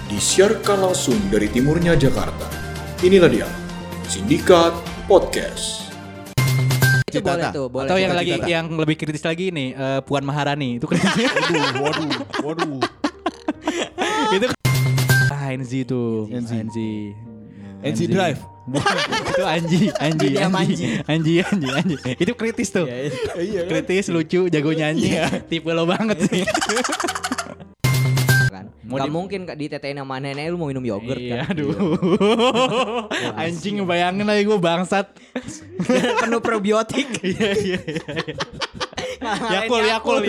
disiarkan langsung dari timurnya Jakarta. Inilah dia, Sindikat Podcast. Itu boleh tuh, boleh. Atau yang lagi yang lebih kritis lagi nih, Puan Maharani itu kritis. Waduh. Itu NZ tuh, NZ Drive. itu Anji. Itu kritis tuh. Iya kan? Kritis, lucu, jago nyanyi. Tipe lo banget sih. Kan. Gak mungkin di tetein sama nenek lu mau minum yogurt Iya, kan. aduh. Anjing ngebayangin lagi gue bangsat. Penuh probiotik. Iya. Yakul.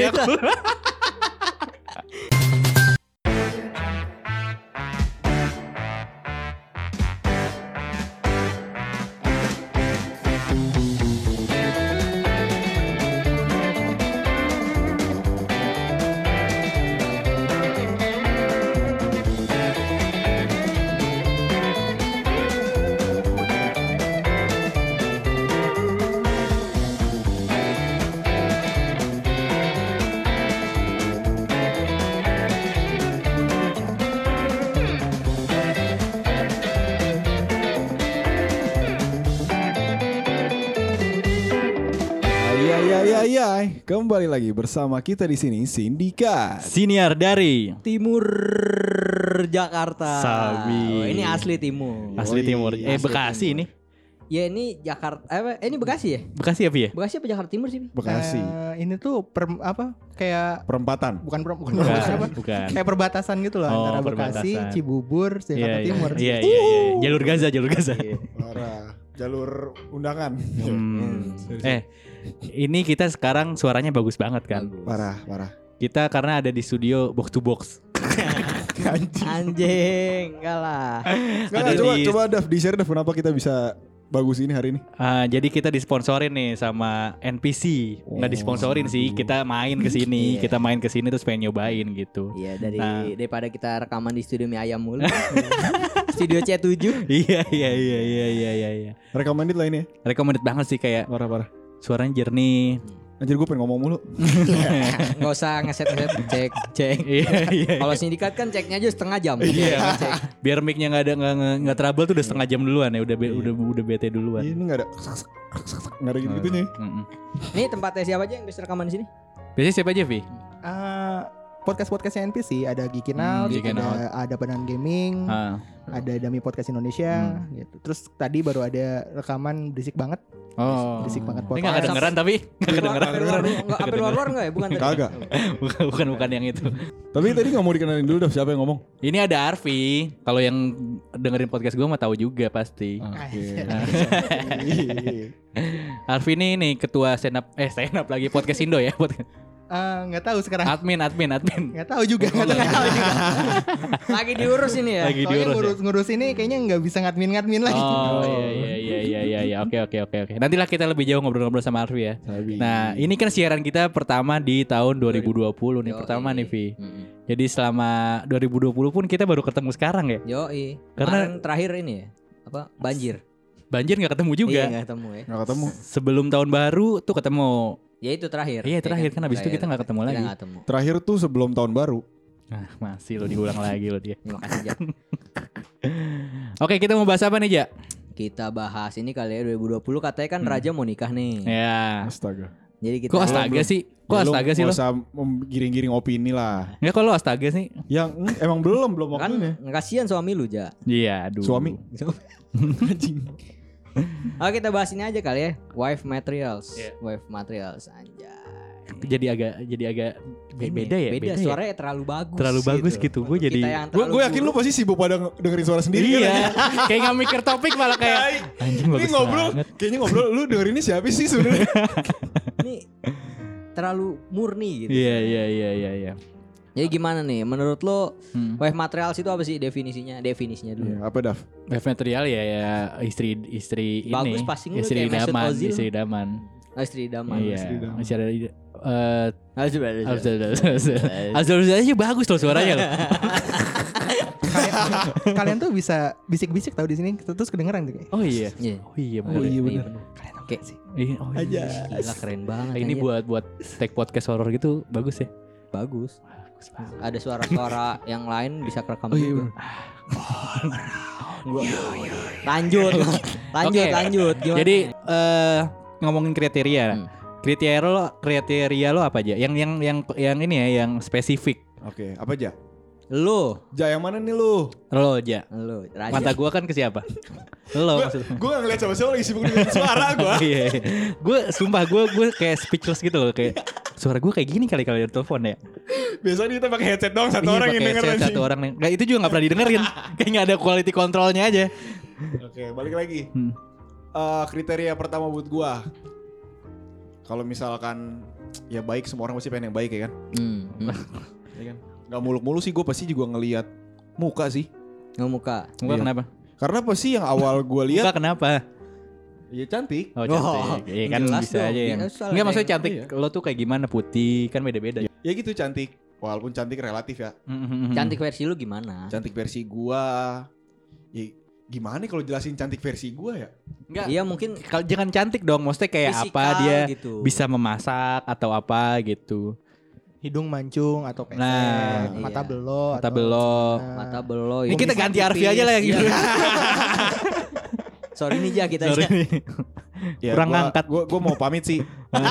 Iya, kembali lagi bersama kita di sini Sindikat. Siniar dari Timur Jakarta. Sabi. Oh, ini asli timur. Asli Timur. Asli Bekasi Timur. ini. Ya ini Jakarta. Ini Bekasi ya? Bekasi apa ya? Bekasi apa Jakarta Timur sih? Bekasi. Ini tuh kayak Perempatan. bukan apa? Bukan. Kayak perbatasan gitu loh Oh, antara Bekasi, perbatasan. Cibubur, Jakarta Timur. Iya. Jalur Gaza. Parah. Jalur undangan. Ini kita sekarang suaranya bagus banget kan? Bagus. Parah. Kita karena ada di studio box to box. Anjing, enggak lah. Coba Dav, di-share Dav kenapa kita bisa bagus ini hari ini. Jadi kita disponsorin nih sama NPC. Nggak disponsorin sih, kita main ke sini, Iya. kita main ke sini terus pengen nyobain gitu. Iya Nah. daripada kita rekaman di studio mie ayam mulu. Studio C7. Iya. Recommended lah ini ya. Recommended banget sih, kayak Parah. suaranya jernih. Anjir gue pengen ngomong mulu. Nggak usah ngeset cek. Iya. Kalau sindikat kan ceknya aja setengah jam. Iya. Cek. Biar mic-nya nggak trouble tuh udah setengah jam duluan ya, udah bete duluan. Ini enggak ada enggak ada gitu-gitunya. Ini tempatnya siapa aja yang bisa rekaman di sini? Biasanya siapa aja, Vi? Podcast-podcastnya NPC ada Geekin Out, Geekin ada Badan Gaming, ada Dami Podcast Indonesia gitu. Terus tadi baru ada rekaman berisik banget. Oh. Berisik banget Ini nggak kedengeran tapi nggak kedengeran. Sampai luar nggak ya? Bukan tadi? Kagak. bukan yang itu. Tapi tadi enggak mau dikenalin dulu Dav, siapa yang ngomong? Ini ada Arfi. Kalau yang dengerin podcast gue mah tahu juga pasti. Arfi ini ketua stand up lagi podcast Indo ya. Nggak tahu sekarang. Admin. Nggak tahu juga. Lagi diurus ini ya. Lagi Soalnya diurus. ngurus ini kayaknya nggak bisa ngadmin lagi. Oh iya. Oke. Nantilah kita lebih jauh ngobrol-ngobrol sama Arfi ya. Nah, ini kan siaran kita pertama di tahun 2020 nih. Pertama nih, Vi. Jadi selama 2020 pun kita baru ketemu sekarang ya. Yoi. Karena- Kemarin terakhir ini ya. Apa? Banjir. Banjir nggak ketemu juga. Iya, nggak ketemu ya. Enggak ketemu. Sebelum tahun baru tuh ketemu. Ya itu terakhir. Iya terakhir kan, habis itu kita nggak ketemu lagi. Kita nggak ketemu. Terakhir tuh sebelum tahun baru. Nah, masih lo diulang lagi lo dia. Terima kasih Jak. Oke, kita mau bahas apa nih, Jak? Kita bahas ini kali ya 2020 katanya kan Raja mau nikah nih. Ya. Astaga. Jadi kita Kok astaga sih? Kok astaga sih lo? Enggak usah giring-giring opini lah. Ya kalau astaga sih. Yang emang belum kan waktunya. kasihan suami lu, Ja. Iya, aduh. Suami. Anjing. Oke, kita bahas ini aja kali ya. Wife materials. Iya. Wife materials anjay. Jadi agak beda ya. Beda, suaranya terlalu bagus. Terlalu bagus gitu. Gue Kita jadi yang Gue terlalu yakin lu buruk. pasti sibuk pada dengerin suara sendiri kan. iya. Kayak nggak mikir topik malah kayak anjing Ini bagus ngobrol, banget. kayaknya ngobrol lu dengerinnya siapa sih sebenarnya? Ini terlalu murni gitu. Iya. Jadi gimana nih menurut lo Hmm. wife materials itu apa sih definisinya? Definisinya dulu. Iya, apa Dav? Wave material ya istri Bagus ini. passing lu Istri kayak Mesut idaman, Ozil. istri idaman. Oh, istri idaman. Iya. istri idaman. Masih ada Harus Azal aja bagus loh suaranya loh. Kalian tuh bisa bisik-bisik tahu di sini terus kedengeran tuh kayak. Oh iya. Iya. Oh iya benar. iya bener. Kalian tahu Oke. sih. Oh iya. Gila keren banget. Ini anjir. buat take podcast horror gitu bagus ya. bagus. Ada suara-suara yang lain bisa kerekam juga. Lanjut. Oke. Lanjut. Gimana? Jadi ngomongin kriteria. Kriteria lo apa aja? Yang ini ya, yang spesifik. Oke, apa aja? Lu Ja, yang mana nih lu? Lo aja. Raja. Mata gua kan ke siapa? Lo maksudnya. Gue gak ngeliat siapa-siapa lagi sibuk dengan suara gue. Iya. Gue sumpah gue kayak speechless gitu loh, kayak suara gue kayak gini kali di telepon ya. Biasanya kita pakai headset doang, satu Iya, orang yang pakai denger headset, anjing. satu orang nih. Kayak itu juga gak pernah didengerin. Kayak gak ada quality controlnya aja. Oke, balik lagi. Kriteria pertama buat gue, kalau misalkan ya baik, semua orang pasti pengen yang baik ya kan. Ya kan? Gak muluk-muluk sih, gue pasti juga ngelihat muka sih. Muka. Muka Iya. kenapa? Karena pasti yang awal gue Muka lihat, kenapa? ya cantik. Oh cantik. Iya kan jelas bisa dong, aja ya. biasa lah Enggak maksudnya yang- cantik. Lo tuh kayak gimana, putih kan beda-beda. Ya gitu cantik. Walaupun cantik relatif ya. Cantik versi lu gimana? Cantik versi gue, ya gimana kalau jelasin cantik versi gue ya? Enggak. Iya mungkin Kalau jangan cantik dong, maksudnya kayak apa fisikal dia gitu. bisa memasak atau apa gitu. Hidung mancung atau pesek, Nah, mata iya. belok, Mata atau- belok. Nah. Mata belok. Ini kita kumis ganti tipis. Arfi aja lah yang gitu. Iya. Sorry nih Ja kita Sorry aja. nih. Ya, Kurang ngangkat. Gue mau pamit sih.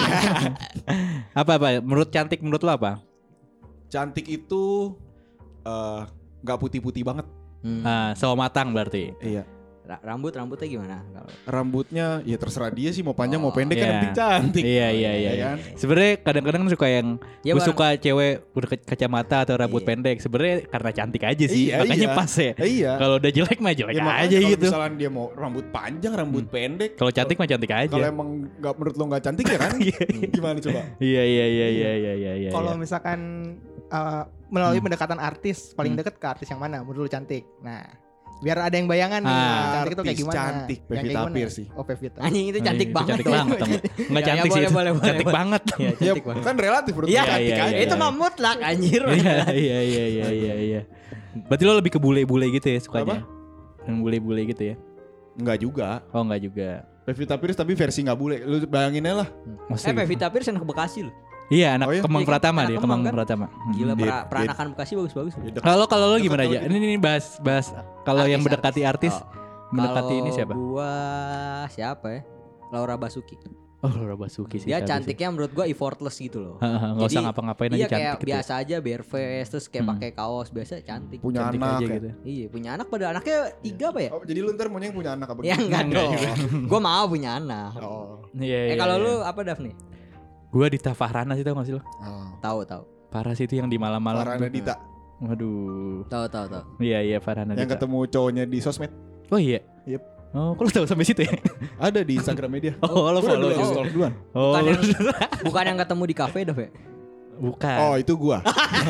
Apa? Menurut cantik menurut lo apa? Cantik itu nggak putih-putih banget. Nah, sawo matang berarti. Iya. Rambutnya gimana kalau? Rambutnya ya terserah dia sih, mau panjang mau Oh, pendek kan iya. yang penting cantik. Iya iya iya. Iya iya. kan? Sebenarnya kadang-kadang suka yang Ya, gue suka cewek udah kacamata atau rambut Iya. pendek. Sebenarnya karena cantik aja sih, Iya, makanya iya. pas ya. Iya. Kalau udah jelek mah jelek Ya, makanya aja kalau gitu. misalnya dia mau rambut panjang, rambut pendek. Kalau cantik mah cantik aja. Kalau emang nggak menurut lo nggak cantik ya kan? Gimana coba? Iya iya iya iya iya iya. iya. Kalau misalkan melalui pendekatan artis, paling deket ke artis yang mana? Menurut lu cantik. Nah, biar ada yang bayangan nih, cantik itu kayak Artis gimana? cantik, Yang Pevita kayak gimana? Pierce sih. Oh, Pevita. Anjing itu cantik Itu banget. Cantik banget. Enggak Ya, cantik ya, sih. boleh, itu. boleh, Cantik boleh. banget. Iya, Ya cantik banget. kan relatif menurut Iya, gue cantik iya, aja. iya. Itu mah mutlak anjir. Iya iya iya iya iya iya. Berarti lo lebih ke bule-bule gitu ya sukanya? Yang bule-bule gitu ya? Enggak juga. Oh enggak juga. Pevita Pierce tapi versi nggak bule. Lu bayangin aja lah. Maksudnya Pevita Pierce anak Bekasi loh. iya anak Oh iya? Kemang Iya kan? Pratama Anak dia, Kemang Kemang kan? Pratama. Gila Dia- peranakan Bekasi bagus-bagus. Kalau lo Deket gimana sama aja? dia. Ini bahas kalau yang Artis, mendekati artis. Oh. Mendekati Kalau ini siapa? Gua siapa ya? Laura Basuki. Oh Laura Basuki sih. Dia habis cantiknya menurut gua effortless gitu loh. sih. Nggak usah Jadi, ngapa-ngapain Iya aja kayak cantik gitu. biasa aja bare face terus kayak pakai kaos biasa cantik. Punya Cantik anak aja ya. gitu. Iya punya anak pada anaknya 3 apa ya? Oh, jadi lu ntar maunya yang punya anak apa? Ya enggak Enggak dong. Gua mau punya anak. Oh. Iya Kalau lu apa Dafni? Gua Dita Fahrana sih tau gak sih lo? Tahu. Parah sih itu yang di malam-malam. Farhana tuh. Dita Waduh. Tahu. Iya Farhana yang Dita. ketemu cowoknya di sosmed. Oh iya. Yep. Oh, kok lu tahu sampai situ ya? Ada di Instagram media. Oh, lo Gua follow udah juga. install duluan. Oh, Bukan lu- Bukan yang ketemu di kafe Daf ya? bukan. Oh, itu gua.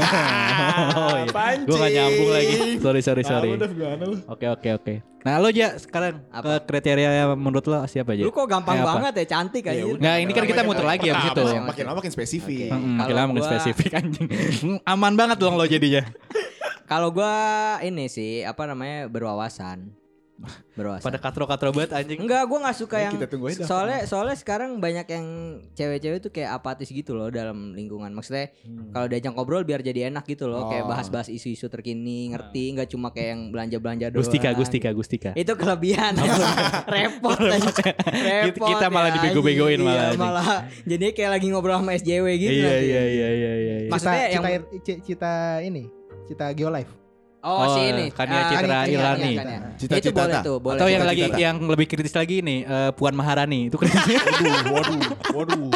Oh, iya. Pancing. Gua gak nyambung lagi. Sorry. Tahu udah gimana lu? Oke. Nah, lo aja sekarang Apa? ke kriteria menurut lo siapa aja? Lu kok gampang Kayak apa? banget ya cantik aja. Nggak, ini kan kita muter lagi abis itu. Makin lama makin spesifik. Oke. Makin Kalau lama makin gua- spesifik anjing. Aman banget dong lo jadinya. Kalau gua ini sih apa namanya berwawasan. Pada katro-katro banget anjing. Enggak, gue nggak suka Ya, yang kita tunggu aja. soalnya sekarang banyak yang cewek-cewek tuh kayak apatis gitu loh dalam lingkungan. Maksudnya kalau diajak ngobrol biar jadi enak gitu loh, kayak Oh. bahas-bahas isu-isu terkini, ngerti, nggak cuma kayak yang belanja-belanja doang. Gustika. Itu kelebihan. Repot aja. Repot. Kita malah ya, dibego-begoin anjing. malah, Iya, anjing. malah jadinya kayak lagi ngobrol sama SJW gitu Iya nanti. iya. Maksudnya yang Cita Geolife. Oh, si ini. Kania Ah, Citra Kania, Irani. Kania. Cita-cita Itu boleh tak? tuh, boleh. Atau yang tuh. lagi Cita-cita. yang lebih kritis lagi nih, Puan Maharani. Itu kritis. Waduh.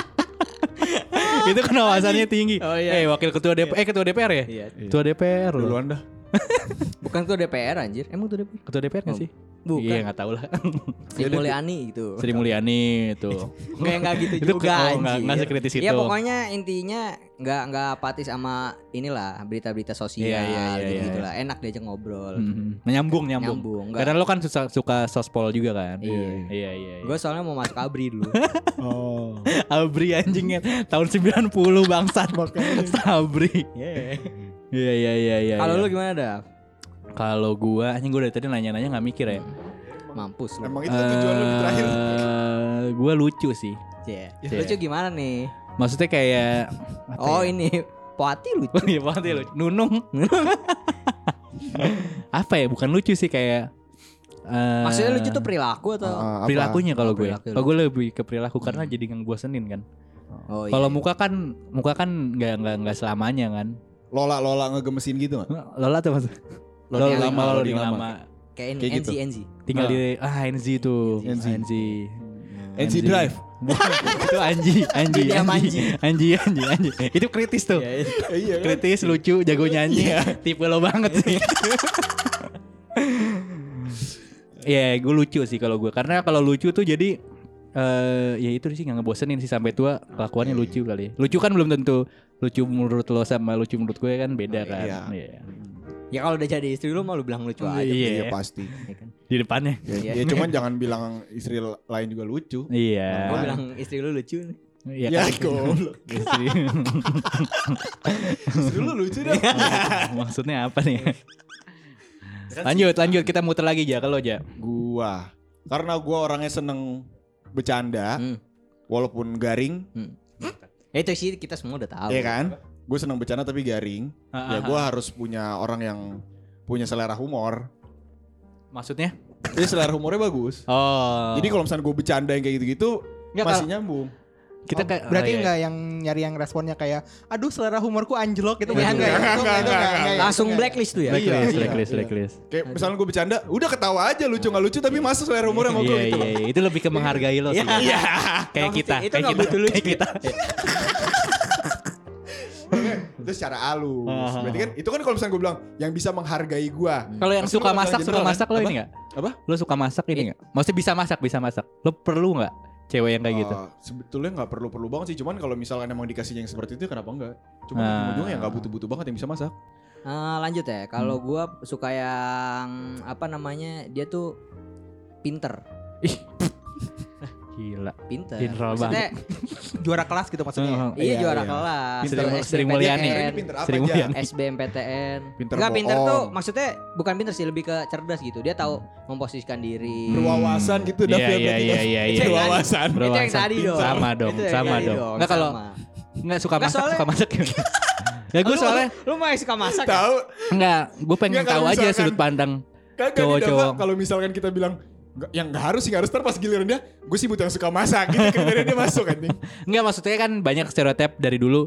Itu kan wawasannya tinggi. Oh, iya. Wakil ketua DPR, ketua DPR ya? Iya. Ketua DPR loh. Duluan dah. Bukan tuh DPR anjir. Emang tuh DPR? Ketua DPR nggak sih? Bukan. Iya nggak tahu lah. Sri Mulyani gitu. Sri Mulyani itu. Enggak gitu Itu juga nggak sekritis itu. Ya pokoknya intinya enggak apatis sama inilah berita-berita sosial Iya, gitu lah. Enak diajak ngobrol. Nyambung. Nyambung, nggak- Karena lo kan suka sospol juga kan. Iya. Iya. Gue soalnya mau masuk ABRI dulu. Oh. Abri anjingnya tahun 90 bangsat. Abri. Iya. Kalau lu gimana dah? Kalau gua dari tadi nanya-nanya nggak mikir ya. Mampus lu. Emang itu tujuan lu di terakhir. Gua lucu sih. Cie. Cie. Lucu gimana nih? Maksudnya kayak apa Oh ya? ini Poati lucu. Iya banget ya lucu. Nunung. Apa ya? Bukan lucu sih kayak. Maksudnya lucu tuh perilaku atau? Perilakunya kalau gue. Perilaku. Kalau gue lebih ke perilaku karena jadi ngebosenin kan. Oh, Kalau iya. muka kan nggak selamanya kan. Lola ngegemesin gitu nggak? Lola tuh mas. Loading Lola lama, loading loading lama. lama. Kayak ini Kayak gitu. NZ. Tinggal di NZ tuh. NZ. NZ. NC Drive. Itu Anji. Dia Manji. Itu kritis tuh. Iya kan? Kritis, lucu, jago nyanyi. Tipe lo banget sih. Ya, gue lucu sih kalau gue. Karena kalau lucu tuh jadi ya itu sih nggak ngebosenin sih sampai tua. Kelakuannya lucu kali. Lucu kan belum tentu lucu menurut lo sama lucu menurut gue kan beda kan. Iya. Iya. Ya kalau udah jadi istri lu mau lu bilang lucu aja. Iya. Iya pasti. Ya kan? Di depannya. Ya cuman jangan bilang istri lain juga lucu. Iya. Gua bilang istri lu lucu nih. Iya Ya kan? goblok. Istri. Istri lu lucu dah. Maksudnya apa nih? Lanjut kita muter lagi aja kalau aja. Karena gua orangnya seneng bercanda, walaupun garing, Itu sih kita semua udah tahu. ya kan? Gue seneng bercanda tapi garing. Ya gua harus punya orang yang punya selera humor. Maksudnya? Jadi selera humornya bagus. Oh. Jadi kalau misalnya gue bercanda yang kayak gitu-gitu Nggak, masih nyambung. kita kayak Berarti oh, iya. enggak yang nyari yang responnya kayak aduh selera humorku anjlok gitu Iya, enggak. enggak. Langsung blacklist tuh ya. Blacklist. Kayak misalnya gue bercanda, udah ketawa aja lucu nggak lucu tapi masuk selera humor sama gue gitu. Iya, itu lebih ke menghargai lo sih. Iya. Kayak kita, Itu kayak nggak kita, butuh lucu. kayak kita. Itu secara halus. Berarti kan itu kan kalau misalnya gue bilang yang bisa menghargai gue. Kalau yang Pasti suka lo bakal masak general, lo kan? ini enggak? Apa? Lo suka masak ini enggak? Maksudnya bisa masak. Lo perlu enggak cewek yang kayak gitu? Sebetulnya nggak perlu banget sih. Cuman kalau misalkan emang dikasih yang seperti itu kenapa enggak? Cuman ujung-ujungnya nggak butuh banget yang bisa masak. Lanjut ya. Kalau gua suka yang apa namanya? Dia tuh pinter. Gila. Pinter. General Maksudnya Juara kelas gitu maksudnya. iya juara kelas. Pinter. Terus Sri Mulyani. SBMPTN, Pinter apa Sri aja? Mulyani. SBMPTN. Pinter Enggak pinter bohong. tuh maksudnya bukan pinter sih, lebih ke cerdas gitu. Dia tahu memposisikan diri. Berwawasan gitu Dav, ya, berarti, Dav. Iya. Berwawasan. Itu yang tadi dong. Sama dong, Itu yang sama tadi dong. Enggak kalau sama. enggak suka Nggak, masak, soalnya- suka masak gimana? Ya gue soalnya lu mau yang suka masak ya? Tahu? enggak, gue pengen Nggak, kalau tahu aja misalkan- sudut pandang Kagak Cowok-cowok. kalau misalkan kita bilang yang nggak harus ntar pas giliran dia gue sih butuh yang suka masak gitu kriteria dia masuk kan nih. Enggak, maksudnya kan banyak stereotip dari dulu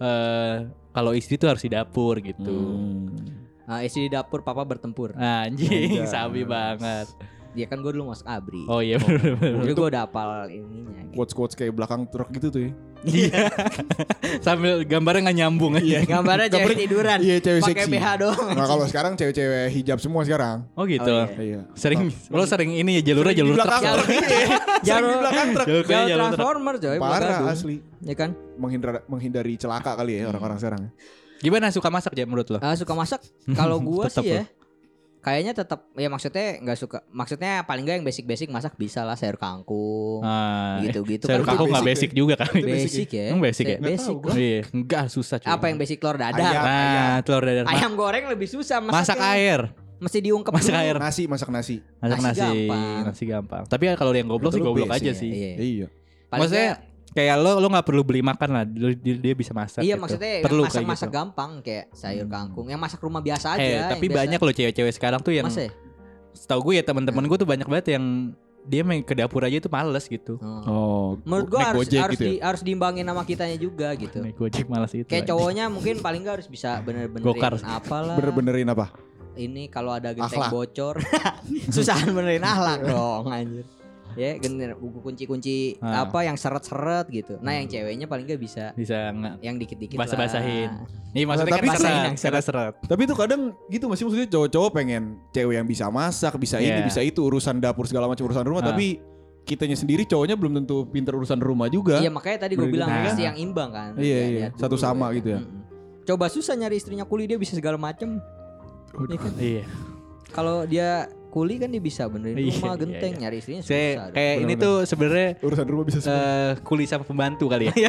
kalau istri tuh harus di dapur gitu. Nah, isi di dapur papa bertempur. Anjing, sabi banget. Dia kan gue dulu masuk ABRI. Oh iya bener. Jadi gue udah hafal ininya. Gitu. Quotes kayak belakang truk gitu tuh ya. Iya. Sambil gambarnya nggak nyambung aja. Gambarnya cewek tiduran. Iya, cewek pakai seksi. BH doang. Nah kalau sekarang cewek-cewek hijab semua sekarang. Oh gitu. Oh, Iya. Sering lo sering ini ya jalurnya jalur di belakang truk. truk gitu ya. Sering di belakang truk. Jalur kayak Jalur jalur truk. transformer coy. Parah Gadung. asli. Ya kan? Menghindari celaka kali ya orang-orang sekarang. Gimana suka masak ya menurut lo? Suka masak. Kalau gue Tetep sih ya. Kayaknya tetap ya maksudnya nggak suka. Maksudnya paling nggak yang basic masak bisa lah, sayur kangkung. Gitu-gitu Sayur kan kangkung nggak basic basic juga kan? Basic ya. Emang basic ya? Basic. Nggak tahu Iya, enggak susah cuy. Apa yang basic telur dadar? Ayam. Nah, telur dadar. Ayam goreng lebih susah Masak masaknya. air. Mesti diungkep Masak dulu. air. Masak nasi. Masak Nasi nasi. gampang. Nasi gampang. Tapi kalau yang goblok sih Itu goblok basic aja Iya, sih. iya. Iya. Paling Maksudnya nggak- kayak lo nggak perlu beli makan lah, dia bisa masak. iya gitu. maksudnya perlu masak-masak kayak gitu. gampang kayak sayur kangkung. Yang masak rumah biasa aja. Tapi yang biasa. banyak loh cewek-cewek sekarang tuh yang Masa ya? setahu gue ya teman-teman gue tuh banyak banget yang dia main ke dapur aja itu males gitu. Oh. Menurut gua naik harus Gojek harus gitu ya? harus diimbangin sama kitanya juga gitu. Naik Gojek males itu. Kayak cowoknya mungkin paling nggak harus bisa Gokar. bener-benerin apalah. Bener-benerin apa? Ini kalau ada genteng Akhlak. bocor, susahan benerin akhlak dong anjir. Ya bener kunci-kunci Ah. apa yang seret-seret gitu. Nah yang ceweknya paling nggak bisa bisa nggak yang dikit-dikit basah-basahin. lah. Nih maksudnya Tapi kan basahin seret, yang seret. seret. Tapi itu kadang gitu masih maksudnya cowok-cowok pengen cewek yang bisa masak, bisa ini, Iya. bisa itu, urusan dapur segala macam urusan rumah, Ah. tapi kitanya sendiri cowoknya belum tentu pinter urusan rumah juga. Iya makanya tadi gue Bener bilang gitu. mesti Nah. yang imbang kan. Iya, Ya, iya. lihat Satu dulu, sama kan. gitu ya. Coba susah nyari istrinya kuli dia bisa segala macem. Iya kan? Iya. Kalau dia kuli kan dia bisa benerin Iya, rumah iya, genteng iya. nyari istrinya susah. Saya dong. kayak ini Bener-bener. tuh sebenarnya Urusan rumah bisa semua. kuli sama pembantu kali ya.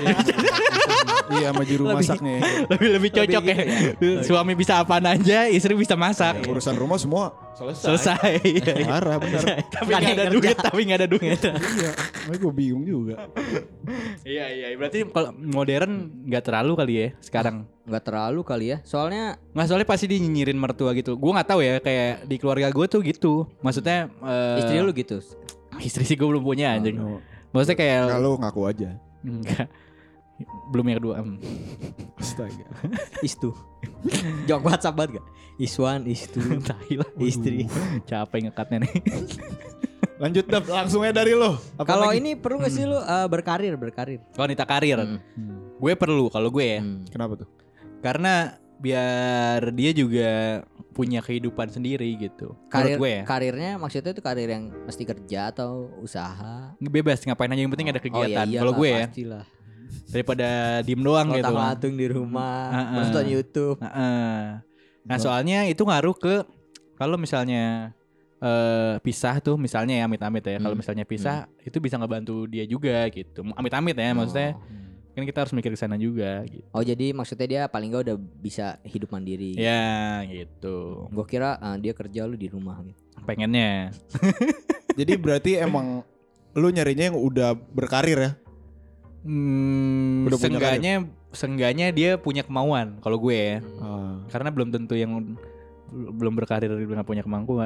Iya sama juru Lebih- masaknya. lebih cocok gitu ya. Suami bisa apaan aja, istri bisa masak. Urusan rumah semua Selesai. Parah bener. Tapi nggak ada duit, Iya, makanya gue bingung juga. Iya. Berarti kalau modern nggak terlalu kali ya sekarang. Nggak terlalu kali ya. Soalnya Soalnya pasti dia nyinyirin mertua gitu. Gue nggak tahu ya, kayak di keluarga gue tuh gitu. Maksudnya istri lu gitu. istri sih gue belum punya anjing. Maksudnya kayak Kalau ngaku aja. enggak. Belum yang kedua. Astaga. Istu. Jawab WhatsApp banget gak? Iswan, istu, istri. Capek ngekatnya nih. Lanjut Dap, langsung aja dari lo. Kalau ini perlu gak sih lu berkarir? Wanita karir. Gue perlu kalau gue ya. Kenapa tuh? Karena biar dia juga punya kehidupan sendiri gitu. Karir Menurut gue ya. Karirnya maksudnya itu karir yang mesti kerja atau usaha? Bebas ngapain aja yang penting ada kegiatan. iya Kalau gue ya. pastilah. Daripada diem doang gitu. Ngotang-ngatung di rumah, nonton YouTube. Nah soalnya itu ngaruh ke kalau misalnya pisah tuh misalnya ya amit-amit ya. Kalau misalnya pisah itu bisa ngebantu dia juga gitu. Amit-amit ya maksudnya. Kan kita harus mikir ke sana juga gitu. Oh jadi maksudnya dia paling gak udah bisa hidup mandiri. Ya gitu. Gue kira dia kerja lu di rumah gitu. Pengennya. Jadi berarti emang lu nyarinya yang udah berkarir ya? Udah punya seenggaknya dia punya kemauan kalau gue ya. Karena belum tentu yang belum berkarir dengan punya kemampuan.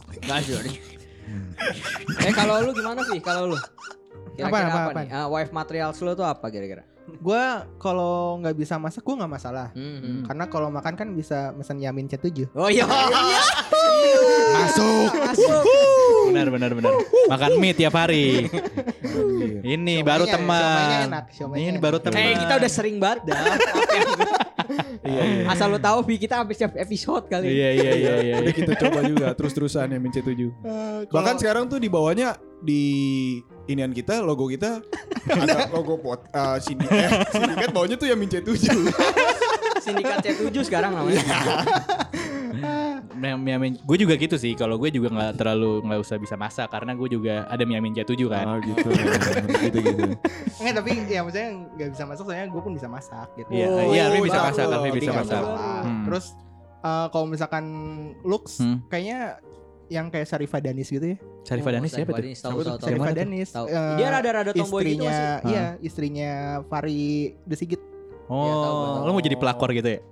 Kalau lu gimana sih? Kalau lu kira-kira Apa? nih? Wife materials lu tuh apa kira-kira? Gue kalau nggak bisa masak gue nggak masalah. Hmm. Karena kalau makan kan bisa mesen Yamin C7. Oh iya. Masuk. Benar. Makan mie tiap hari. Ini baru Siomaynya teman. enak, siomaynya Ini enak. baru teman. Kita udah sering banget dah. Asal lu tahu Vi, kita habis setiap episode kali. Iya. Udah kita coba juga terus-terusan ya Min C7. Bahkan sekarang tuh di bawahnya di inian kita, logo kita ada logo sindikat bawahnya tuh yang Min C7. Sindikat C7 sekarang namanya. Gue juga gitu sih. Kalau gue juga nggak usah bisa masak karena gue juga ada Miamin C7 kan. Oh gitu. gitu. Enggak, tapi ya maksudnya nggak bisa masak soalnya gue pun bisa masak gitu. Iya, Arfi bisa masak, Jadi Arfi bisa nggak masak. masalah. Terus kalau misalkan looks kayaknya yang kayak Sharifah Danis gitu ya. Sharifah Danis siapa tuh? Tahu. Sharifah Danis. Tahu. Dia rada-rada tomboy gitu istrinya, masih. iya, istrinya Fari The Sigit. Oh, Iya, tahu. lo mau jadi pelakor gitu ya?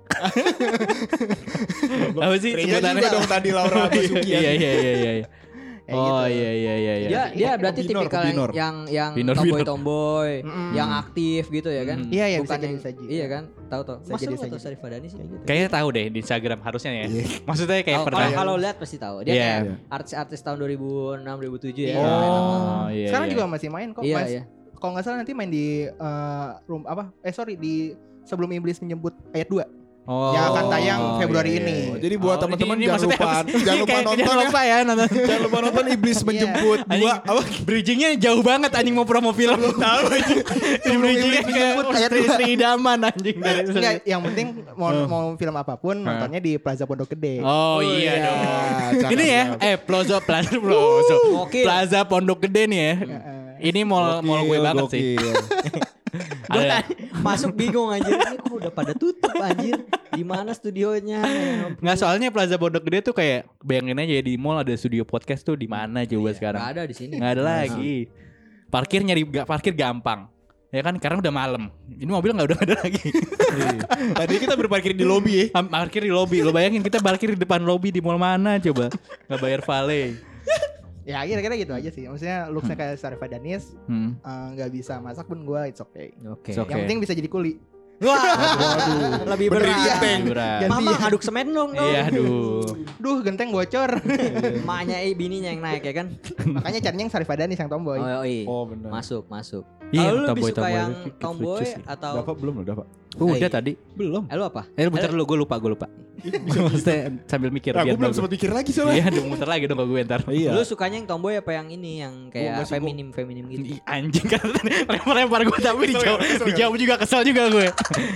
Apa sih Iya sebutannya? juga dong tadi Laura Basuki. Iya. Oh gitu. iya. Dia berarti tipikal yang Binor. tomboy, yang aktif gitu ya kan? Iya, Bukan bisa jadi yang- saja. Iya kan? Tahu. Bisa Masa jadi lu nggak tahu saja. Sharifah Danis sih? Kayaknya tahu deh di Instagram harusnya ya. Maksudnya kayak pernah. Kalau lihat pasti tahu. Dia Iya. kayak artis-artis tahun 2006 2007 ya. Oh iya. Sekarang iya. juga masih main kok. Iya, Mas. iya. Kalau nggak salah nanti main di di Sebelum Iblis Menjemput ayat 2. Oh, yang akan tayang Februari iya, ini. iya. Jadi buat teman-teman jangan maksudnya lupa apa sih? jangan lupa Kayak nonton jangan lupa ya nonton. Jangan lupa nonton Iblis Menjemput Anjing, 2 apa? bridgingnya jauh banget anjing mau promo film. Tahu anjing. Bridgingnya kayak istri idaman anjing dari. Enggak, yang penting mau film apapun nontonnya di Plaza Pondok Gede. Oh iya dong. cakep, Ini ya, cakep. Plaza Pondok Gede nih ya. Ini mall gue banget sih. Gue masuk bingung anjir. Ini kok udah pada tutup anjir. Di mana studionya? Nggak, soalnya Plaza Pondok Gede tuh kayak bayangin aja ya, di mall ada studio podcast tuh di mana coba sekarang? Gak ada di sini. Nggak ada lagi. Parkir gampang. Ya kan karena udah malam. Ini mobil udah ada lagi. Tadi kita berparkir di lobi ya. Parkir di lobi. Lo bayangin kita parkir di depan lobi di mall mana coba? Nggak bayar valet. Ya kira-kira gitu aja sih. Maksudnya looksnya kayak Sharifah Danis, nggak bisa masak pun gue it's okay. Oke. It's okay. Yang penting bisa jadi kuli. Wah, lebih Berdiri berat. genteng. Berat. Mama aduk semen dong. Iya, aduh. Duh, genteng bocor. Maknya bininya yang naik ya kan? Makanya carinya yang Sharifah Danis yang tomboy. Oh iya. Oh benar. Masuk. Iya, Kalau lu lebih suka tomboy-tomboy yang itu lucu tomboy sih. atau Dapat belum lo dapat? Udah tadi. Belum. lu apa? Bentar dulu, gue lupa. Maksudnya sambil mikir. Aku biar belum bagus. sempat pikir lagi soalnya. Iya, udah muter lagi dong ke gue ntar. Iya. Lu sukanya yang tomboy apa yang ini yang kayak Gua masih feminim gitu? Ih, anjing kan lempar gue tapi dijawab juga kesel juga gue.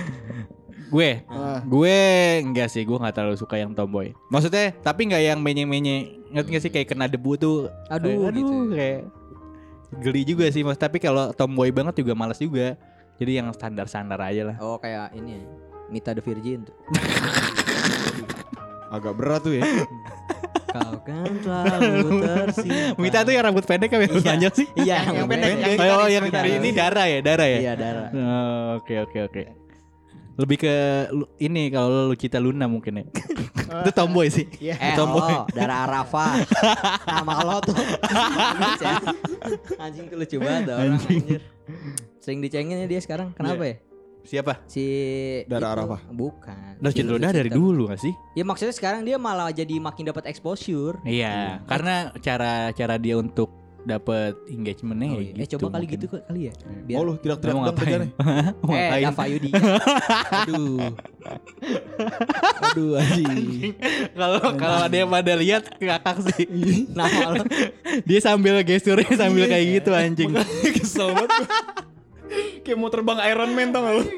Gue enggak sih, gue nggak terlalu suka yang tomboy. Maksudnya tapi nggak yang menye-menye, ngerti nggak sih kayak kena debu tuh. Aduh, gitu. Kayak geli juga sih mas. Tapi kalau tomboy banget juga malas juga. Jadi yang standar-standar aja lah. Oh kayak ini ya. Mita the Virgin tuh. Agak berat tuh ya. Kau kan selalu tersimpan. Mita tuh yang rambut pendek kan yang panjang sih? Iya, yang pendek. Oh, yang gitaris. ini Dara ya? Iya, Dara. Oh, oke. Lebih ke ini kalau Lucita Luna mungkin ya. Itu tomboy sih. Iya. Lo, Dara Arafah. Nama lo tuh. Anjing tuh lucu banget orang anjir. Sering dicengin ya dia sekarang. Kenapa ya? Siapa? Si Dara itu, Arafah. Bukan. Lucita Luna dari dulu gak sih? Ya maksudnya sekarang dia malah jadi makin dapat exposure. Iya, karena cara dia untuk dapat engagementnya gitu. Coba kali gitu kali ya. Mau lu tidak-tidak Mau dong ngapain? kerjanya. Mau ngapain? Dava Yudi. Aduh anjing. Kalau ada yang pada lihat ngakak sih. Nama lo. Dia sambil gesturnya sambil kayak gitu anjing. Kesel banget. Kayak mau terbang Iron Man tau gak lu?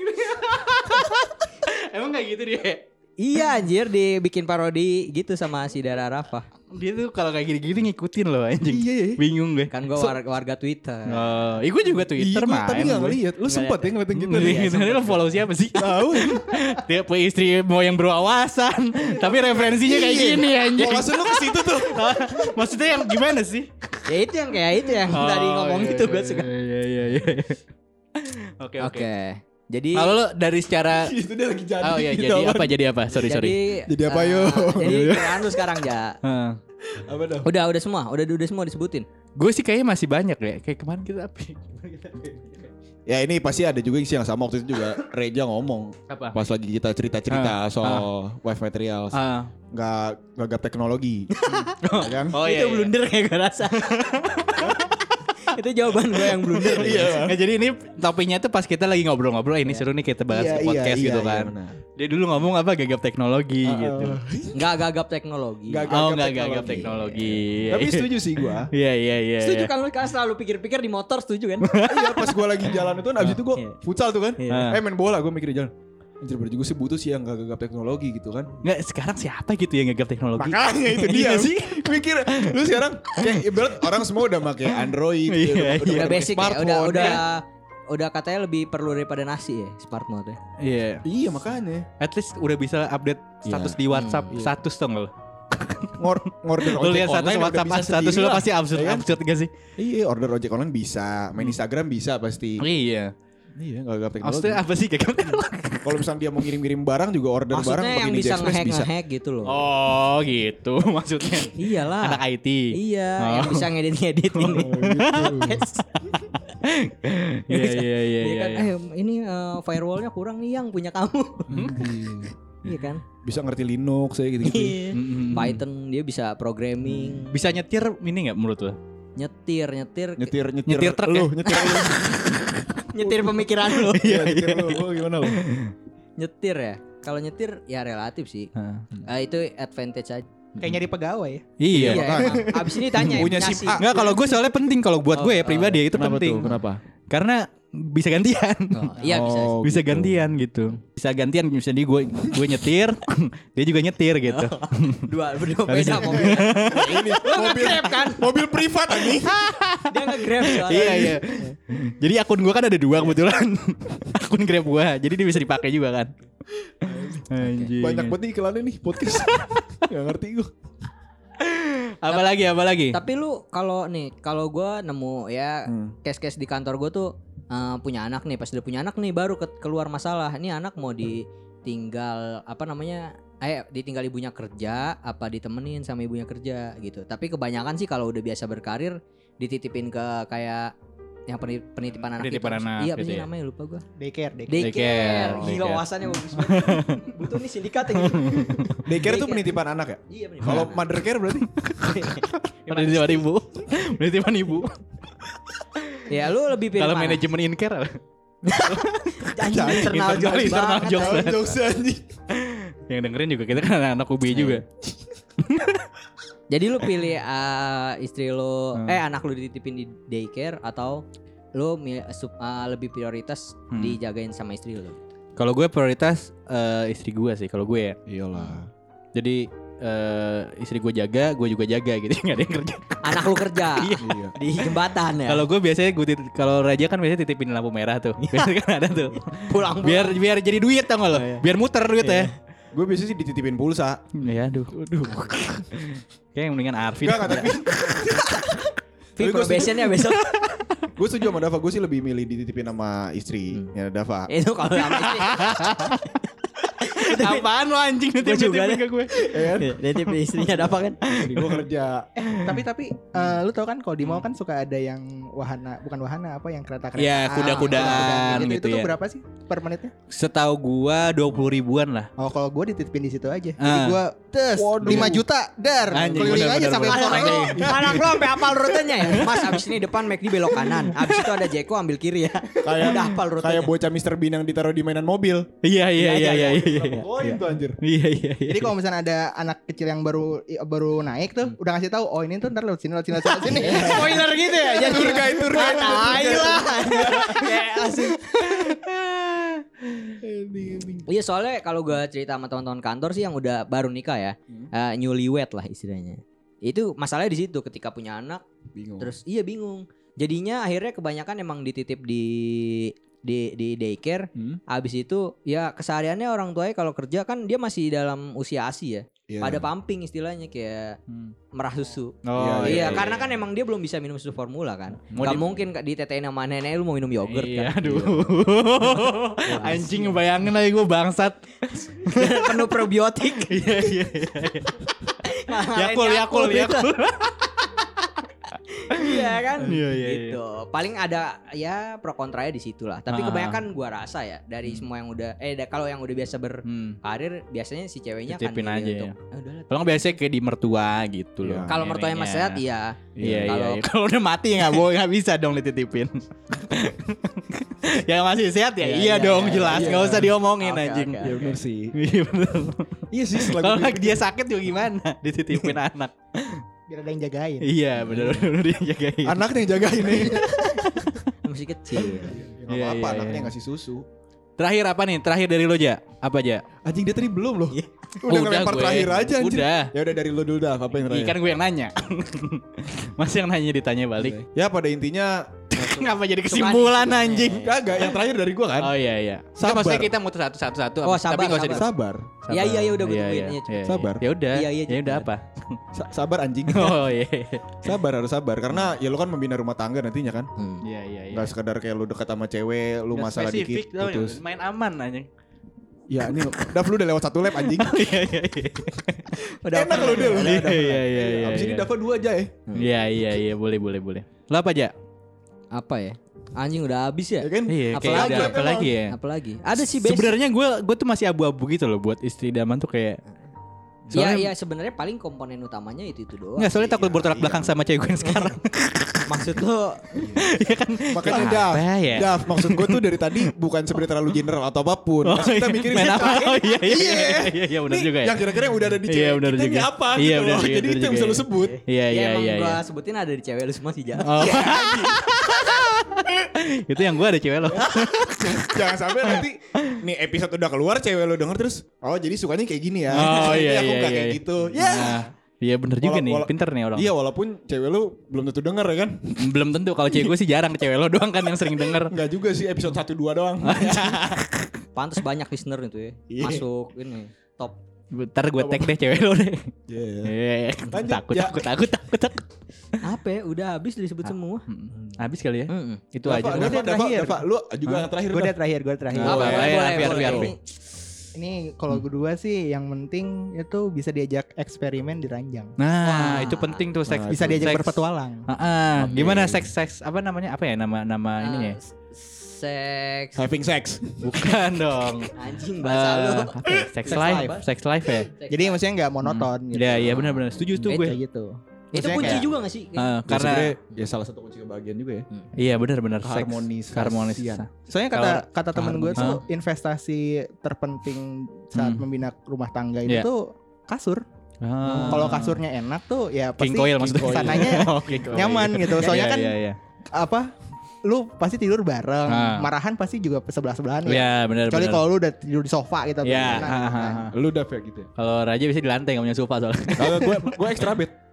Emang kayak gitu dia? Iya anjir dibikin parodi gitu sama si Dara Arafah. Dia tuh kalau kayak gini-gini ngikutin loh anjing. Iya. Bingung gue. Kan gue warga Twitter. Oh, gue juga Twitter Iya, mah. tapi gak ngeliat. Lu sempet ya ngeliatin gitu. Sebenarnya lo follow siapa sih? Tahu. Dia punya istri mau yang berwawasan, tapi referensinya kayak gini anjing. Maksud lu ke situ tuh. Maksudnya yang gimana sih? Ya itu yang kayak itu yang tadi ngomong itu gue suka. Iya. Oke. Jadi Kalau lo dari secara Itu dia lagi jadi. Oh iya, jadi apa? Sorry. Jadi apa, yo? Jadi kirain lu sekarang ya. Apa dong? Udah semua disebutin. Gue sih kayaknya masih banyak ya. Kayak kemarin kita apa? Ya ini pasti ada juga sih yang sama waktu itu juga Reja ngomong. Apa? Pas lagi kita cerita-cerita soal wave materials. Nggak gap teknologi. Ya kan? Oh Itu blunder kayak gue rasa. Itu jawaban gue yang blunder. Iya. Nah, jadi ini topiknya tuh pas kita lagi ngobrol-ngobrol ini seru nih kita bahas di podcast gitu kan. benar. Dia dulu ngomong apa gagap teknologi gitu. Enggak gagap teknologi. Nggak gagap teknologi. Tapi setuju sih gua. Iya. Setuju kan lu kan selalu pikir-pikir di motor setuju kan? Iya pas gua lagi jalan itu abis itu gua Iya. futsal tuh kan. Iya. Main bola gua mikir di jalan. Anjir bener juga sih butuh sih yang gak gagap teknologi gitu kan. Nggak, sekarang siapa gitu yang gagap teknologi? Makanya itu dia Iya sih. Mikir lu sekarang kayak ibarat orang semua udah pakai Android gitu, Iya, Udah pakai basic ya, smartphone. udah katanya lebih perlu daripada nasi ya smart mode ya. Iya. Iya makanya At least udah bisa update status di WhatsApp. Status dong lo. ngorder Lu ojek lihat status online udah WhatsApp bisa status sendiri lu lah. pasti absurd Ya kan? absurd gak sih? Iya order ojek online bisa, main Instagram bisa pasti. Iya. Iya gak gagap teknologi. Maksudnya apa sih gagap teknologi? Kalau misalnya dia mau ngirim-ngirim barang juga order barang Maksudnya yang pakai bisa Express bisa. ngehack gitu loh. Oh gitu maksudnya. Iyalah. Anak IT. Iya, Oh. yang bisa ngedit ini. Iya. Iya kan, ini firewallnya kurang nih yang punya kamu. Iya kan? Bisa ngerti Linux ya gitu-gitu. Iya. Python dia bisa programming, Bisa nyetir ini nggak menurut lo? nyetir Nyetir truk lu, ya? nyetir lu. nyetir pemikiran lu. Iya, nyetir lu. Oh, gimana lu? Nyetir ya. Kalau nyetir ya relatif sih. Itu advantage aja. Kayak nyari pegawai ya. Iya. Iya, emang. Abis ini tanya Punya punya SIM A. Nggak, kalau gue soalnya penting kalau buat gue ya pribadi ya itu Kenapa penting. tuh? Kenapa? Karena bisa gantian. Iya bisa. Oh, Bisa gitu. gantian gitu. Bisa gantian misalnya gue nyetir, dia juga nyetir gitu. Dua beda mobil. Ini mobil Grab kan? mobil privat anjing. Dia nge-grab soalnya. Iya. Jadi akun gue kan ada 2 kebetulan. Akun Grab gue, jadi dia bisa dipakai juga kan. Anjing. Banyak banget nih iklannya nih podcast. Gak ngerti gue. Apa lagi? Tapi lu kalau gue nemu ya case-case di kantor gue tuh punya anak nih, pas udah punya anak nih baru keluar masalah. Ini anak mau ditinggal ditinggal ibunya kerja apa ditemenin sama ibunya kerja gitu. Tapi kebanyakan sih kalau udah biasa berkarir dititipin ke kayak yang penitipan anak Penitipan itu. anak Iya apa gitu sih ya? namanya lupa gue. Daycare. Daycare. Gila Daycare. wawasannya bagus banget. Butuh nih sindikat yang gitu. Daycare tuh penitipan anak ya? Iya bener. Kalau mother care berarti? Penitipan ibu. Ya lu lebih pilih Kalau mana? manajemen in care Anjing, internal jokes internal banget. jokes. anjing. Jokes anjing. yang dengerin juga kita kan anak UB juga. Jadi lu pilih istri lu anak lu dititipin di daycare atau lu lebih prioritas dijagain sama istri lu? Kalau gue prioritas istri gue sih kalau gue ya. Iyalah. Jadi istri gue jaga, gue juga jaga gitu. Nggak ada yang kerja. Anak lu kerja Iya. di jembatan ya. Kalau gue biasanya kalau Raja kan biasanya titipin lampu merah tuh. Biasanya kan ada tuh. pulang Biar jadi duit tau gak lo? Biar muter duit ya. Gue biasanya sih dititipin pulsa. Ya aduh. Kayak mendingan Arvin. Enggak tapi. Fit probationnya besok. Gue setuju sama Dava, gue sih lebih milih dititipin sama istri ya Dava. Itu kalau sama istri. Apaan lo anjing nitip-nitipin ke gue? Nitip istrinya apa kan? Jadi gue kerja. Tapi lu tau kan kalau di mall kan suka ada yang bukan wahana apa yang kereta-kereta. Iya, kuda-kudaan gitu itu ya. tuh berapa sih per menitnya? Setahu gua 20 ribuan lah. Oh kalau gue dititipin di situ aja. Jadi Ah. gue 5 juta dar. Anjing, Keliling bener, aja bener, sampai bener. sore. Anak lo sampai hafal rutenya ya. Mas abis ini depan McD belok kanan. Abis itu ada Jeko ambil kiri ya. Udah hafal rutenya. Kayak bocah Mr. Bean yang ditaruh di mainan mobil. Iya. Oh itu anjir. Iya. Jadi kalau misalnya ada anak kecil yang baru naik tuh udah ngasih tahu, oh ini tuh ntar lewat sini. Spoiler gitu ya. Jadi Tour guide. lah. Kayak langsung. Iya soalnya kalau gue cerita sama teman-teman kantor sih yang udah baru nikah ya, newlywed lah istilahnya. Itu masalahnya di situ ketika punya anak, Bingung. terus bingung. Jadinya akhirnya kebanyakan emang dititip di daycare. Abis itu ya kesehariannya orang tuanya kalau kerja kan dia masih dalam usia ASI ya. Iya. Pada pumping istilahnya kayak merah susu. Oh, Iya, karena kan emang dia belum bisa minum susu formula kan. Gak mungkin ditetein sama nenek lu mau minum yogurt Iya, kan. aduh. Anjing ngebayangin lagi gue bangsat. Penuh probiotik. Iya. Yakul. Iya kan? Iya. Gitu. Paling ada ya pro kontranya di situ lah. Tapi kebanyakan gua rasa ya dari semua yang udah kalau yang udah biasa berkarir biasanya si ceweknya kan Titipin aja ya. udahlah. Kalau biasanya kayak di mertua gitu loh. Kalau mertuanya masih sehat iya. Iya. Kalau udah mati nggak bisa dong dititipin. Yang masih sehat ya iya dong jelas nggak usah diomongin anjing. Iya benar sih. Iya benar. Iya sih Kalau dia sakit juga gimana dititipin anak. Biar ada yang jagain. Iya benar dia jagain. Anaknya yang jagain nih. Masih kecil. Gak apa-apa anaknya ngasih susu. Terakhir apa nih? Terakhir dari lo Ja? Apa aja? Anjing dia tadi belum loh. Udah ngelempar gue. terakhir aja anjir. Udah. Ya udah dari lo dulu dah apa yang terakhir. Ikan gue yang nanya. Masih yang nanya ditanya balik. Ya pada intinya Ngapa jadi kesimpulan anjing? kagak yang terakhir dari gua kan. Oh iya. Sabar. Maksudnya kita mutus satu-satu. Oh, Tapi nggak usah Sabar. Iya udah gue tungguin aja. Sabar. Ya udah. Iya, Ya udah apa? Sabar anjing. Oh iya. Sabar harus sabar karena ya lu kan membina rumah tangga nantinya kan. Iya. Gak sekedar kayak lu dekat sama cewek, lu Nggak masalah spesifik, dikit tau ya, putus. main aman anjing. Ya ini Dav lu udah lewat 1 lap anjing. Iya. Udah Enak lu Del. Iya. Abis ini Dava 2 aja ya. Iya, boleh. Lo apa aja? Apa ya? Anjing udah habis ya? Ya kan? Iya, Apalagi? kayak ada apa lagi ya? Apalagi? Ada sih basic. Sebenarnya gue tuh masih abu-abu gitu loh buat istri idaman tuh kayak. Iya sebenarnya paling komponen utamanya itu doang. Enggak, soalnya takut bertolak belakang sama cewek gue yang sekarang. Maksud lo Iya kan. Makanya Dav, maksud gue tuh dari tadi bukan sebenarnya terlalu general atau apapun. Oh, Kita mikirin main apa? siapa? Oh iya benar juga ya. Yang kira-kira yang udah ada di Iya, cewek benar kita ini juga. apa Iya, gitu benar loh. juga, Jadi benar itu yang juga bisa lu ya. sebut. Iya. emang gua sebutin ada di cewek lu semua sih Jal. Oh. Itu yang gue ada cewek lo. Jangan sampai nanti nih episode udah keluar cewek lu denger terus oh jadi sukanya kayak gini ya. Oh Jadi iya. aku gak kayak gitu. Ya. Iya bener juga nih, Wala- pinter nih orang. Iya walaupun cewek lu belum tentu denger ya kan. Belum tentu, kalau cewek gue sih jarang, cewek lo doang kan yang sering denger. Enggak juga sih episode 1-2 doang. Pantes banyak listener itu ya. Iya. Masuk ini top. Ntar gue tag deh cewek lo deh. Iya. Lanjut, Takut. Apa ya? Udah habis disebut semua. Habis kali ya. Itu Dava, aja. Dava, lu juga yang terakhir. Gue Dava. udah terakhir. Apa? Boleh. Arfi. Ini kalau gue sih yang penting itu bisa diajak eksperimen di ranjang. Nah, Wah. itu penting tuh seks. Bisa diajak Seks. berpetualang. Heeh. Gimana seks apa namanya? Apa ya nama ininya? Seks. Having sex. Bukan dong. Anjing bahasa lu. Apa ya? Sex life ya. Jadi maksudnya nggak monoton gitu. Iya benar. Setuju tuh gue. Kayak gitu. Itu Maksudnya kunci kayak- juga gak sih? Karena Sebenarnya ya salah satu kunci kebahagiaan juga ya. iya benar. Keharmonisian. Soalnya kata temen gue tuh Hah? investasi terpenting saat membina rumah tangga Iya. itu tuh kasur. Kalau kasurnya enak tuh ya pasti King Coil maksudnya. sananya Oh, King Coil. nyaman gitu. Soalnya kan Iya. apa? Lu pasti tidur bareng, Ah. marahan pasti juga sebelah-sebelahan ya. Iya benar. Kecuali kalau lu udah tidur di sofa gitu. Iya. gimana, gitu kan. Lu udah kayak gitu ya. Kalau Raja bisa di lantai nggak punya sofa soalnya. Kalau gue extra bed.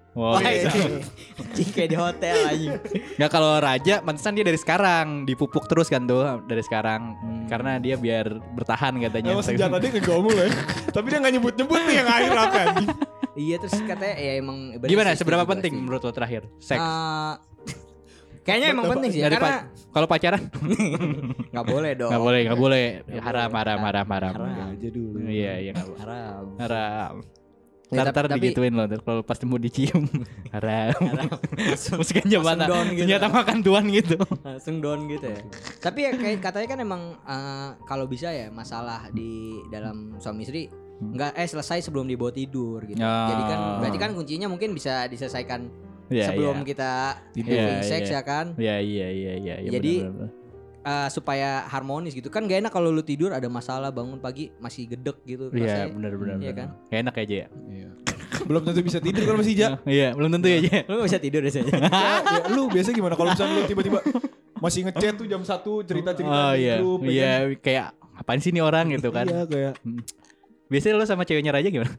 Wow. Kayak di hotel aja. Nggak, kalau raja pantesan dia dari sekarang dipupuk terus kan tuh dari sekarang karena dia biar bertahan katanya. Emang senjata dia ngegomul ya. Tapi dia nggak nyebut-nyebut nih yang akhir apa anjing. Iya, terus katanya ya emang Gimana seberapa penting menurut lo terakhir seks? Kayaknya emang penting sih karena kalau pacaran nggak boleh dong. nggak boleh. Haram. Aja dulu. Iya nggak boleh. Haram. Ya, Ntar digituin loh kalau pas mau dicium. Haram. Musik jabatan gitu. Ternyata makan tuan gitu. Langsung down gitu ya. Tapi ya kayak katanya kan emang kalau bisa ya masalah di dalam suami istri nggak selesai sebelum dibawa tidur gitu. Jadi kan berarti kan kuncinya mungkin bisa diselesaikan sebelum kita having sex ya kan. Iya. Jadi bener. supaya harmonis gitu kan, gak enak kalau lu tidur ada masalah bangun pagi masih gedek gitu. Iya benar. Iya kan. Gak enak aja ya. Iya. Belum tentu bisa tidur kan masih Ja. Iya belum tentu aja. Lu bisa tidur biasanya. Ya, lu biasa gimana kalau misalnya lu tiba-tiba masih ngechat tuh jam 1 cerita-cerita di grup. Iya kayak apaan sih nih orang gitu kan. Iya kayak Biasanya lu sama ceweknya Raja gimana?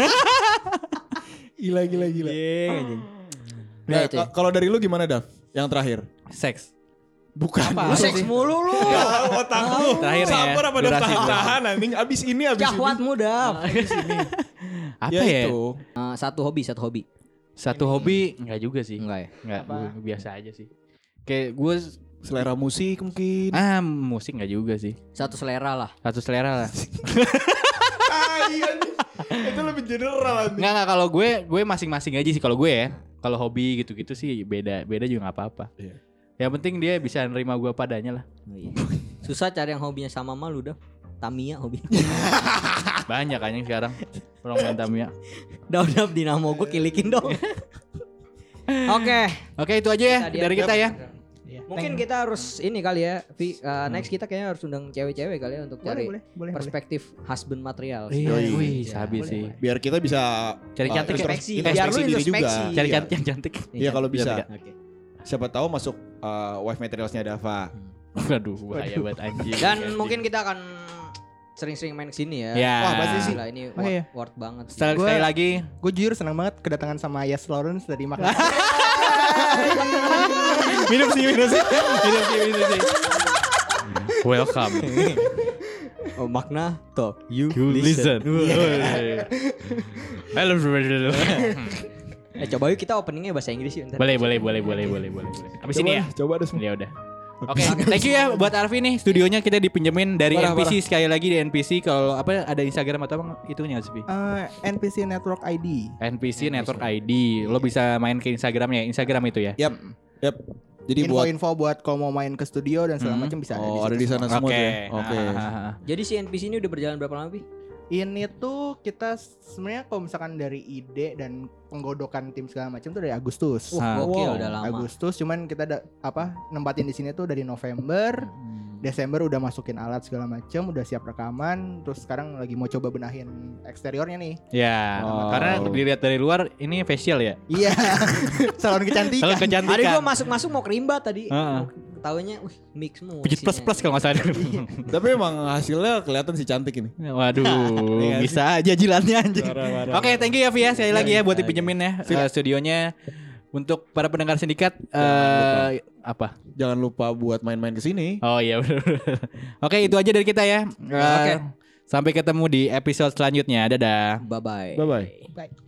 gila. Nah, Nah, kalau dari lu gimana, Dav? Yang terakhir. Seks. Bukan. Lu seks mulu lu. Ya, otak lu. Terakhir ya, Sabar apa durasi tahan-tahan anjing. Abis ini. Syahwat muda. Apa Ya ya? itu. Satu hobi. Satu hobi enggak juga sih. Enggak ya? Enggak, gue biasa aja sih. Kayak gue Selera musik mungkin. musik enggak juga sih. Satu selera lah. Satu selera lah. Iya nih. Itu lebih general anjing. Enggak kalau gue masing-masing aja sih kalau gue ya. Kalau hobi gitu-gitu sih beda juga enggak apa-apa. Iya. Yang penting dia bisa nerima gue padanya lah. Susah cari yang hobinya sama malu dah. Tamiya hobi. Banyak kan yang sekarang orang main Tamiya. Udah dinamo gue kilikin dong. Oke, Oke, itu aja ya dari kita ya. mungkin kita harus ini kali ya, next kita kayaknya harus undang cewek-cewek kali ya untuk cari boleh. perspektif husband material. Wih, Ya, sabi boleh, sih. boleh. Biar kita bisa Cari cantik ya. Introspeksi. introspeksi Biar lu diri juga. introspeksi. Cari Iya. cantik yang cantik. Iya kalau bisa. Oke. Siapa tahu masuk wife materialsnya Dava. Waduh, bahaya banget anjing. Dan mungkin kita akan sering-sering main kesini ya. Ya. Wah, pasti sih. Gila, ini Oke, ya. worth banget. Sekali lagi Gue jujur senang banget kedatangan sama Yes Lawrence dari Makna. minum sih. Welcome. Oh, makna talk you, Listen. Halo. Coba yuk kita openingnya bahasa Inggris yuk ntar. Boleh. Habis ini ya. Coba deh. Ya udah. Oke, thank you ya buat Arfi nih. Studionya kita dipinjemin dari NPC sekali lagi di NPC. Kalau apa ada Instagram atau apa itunya sih? NPC Network ID. NPC Network ID. Lo bisa main ke Instagramnya. Instagram itu ya. Yap. Jadi buat Info buat kalau mau main ke studio dan segala macam bisa ada di di situ sana semua. semua tuh Oke. ya? Oke. Jadi si NPC ini udah berjalan berapa lama, Pi? Ini tuh kita sebenarnya kalau misalkan dari ide dan penggodokan tim segala macam tuh dari Agustus. Gokil udah lama. Agustus, cuman kita nempatin di sini tuh dari November, Desember udah masukin alat segala macam, udah siap rekaman, terus sekarang lagi mau coba benahin eksteriornya nih. Ya, karena dilihat dari luar ini facial ya. Iya. Salon kecantikan. Kalau kecantikan. Hari gua masuk ke rimba tadi. Taunya mix semua. Pijit plus kalau nggak salah. Tapi emang hasilnya kelihatan sih cantik ini. Waduh, bisa aja jilatnya anjing. Oke, thank you ya Vi ya sekali lagi ya buat dipinjemin ya studionya. Untuk para pendengar sindikat apa? Jangan lupa buat main-main ke sini. Oh iya benar. Oke, itu aja dari kita ya. Sampai ketemu di episode selanjutnya. Dadah. Bye bye. Bye bye. Bye.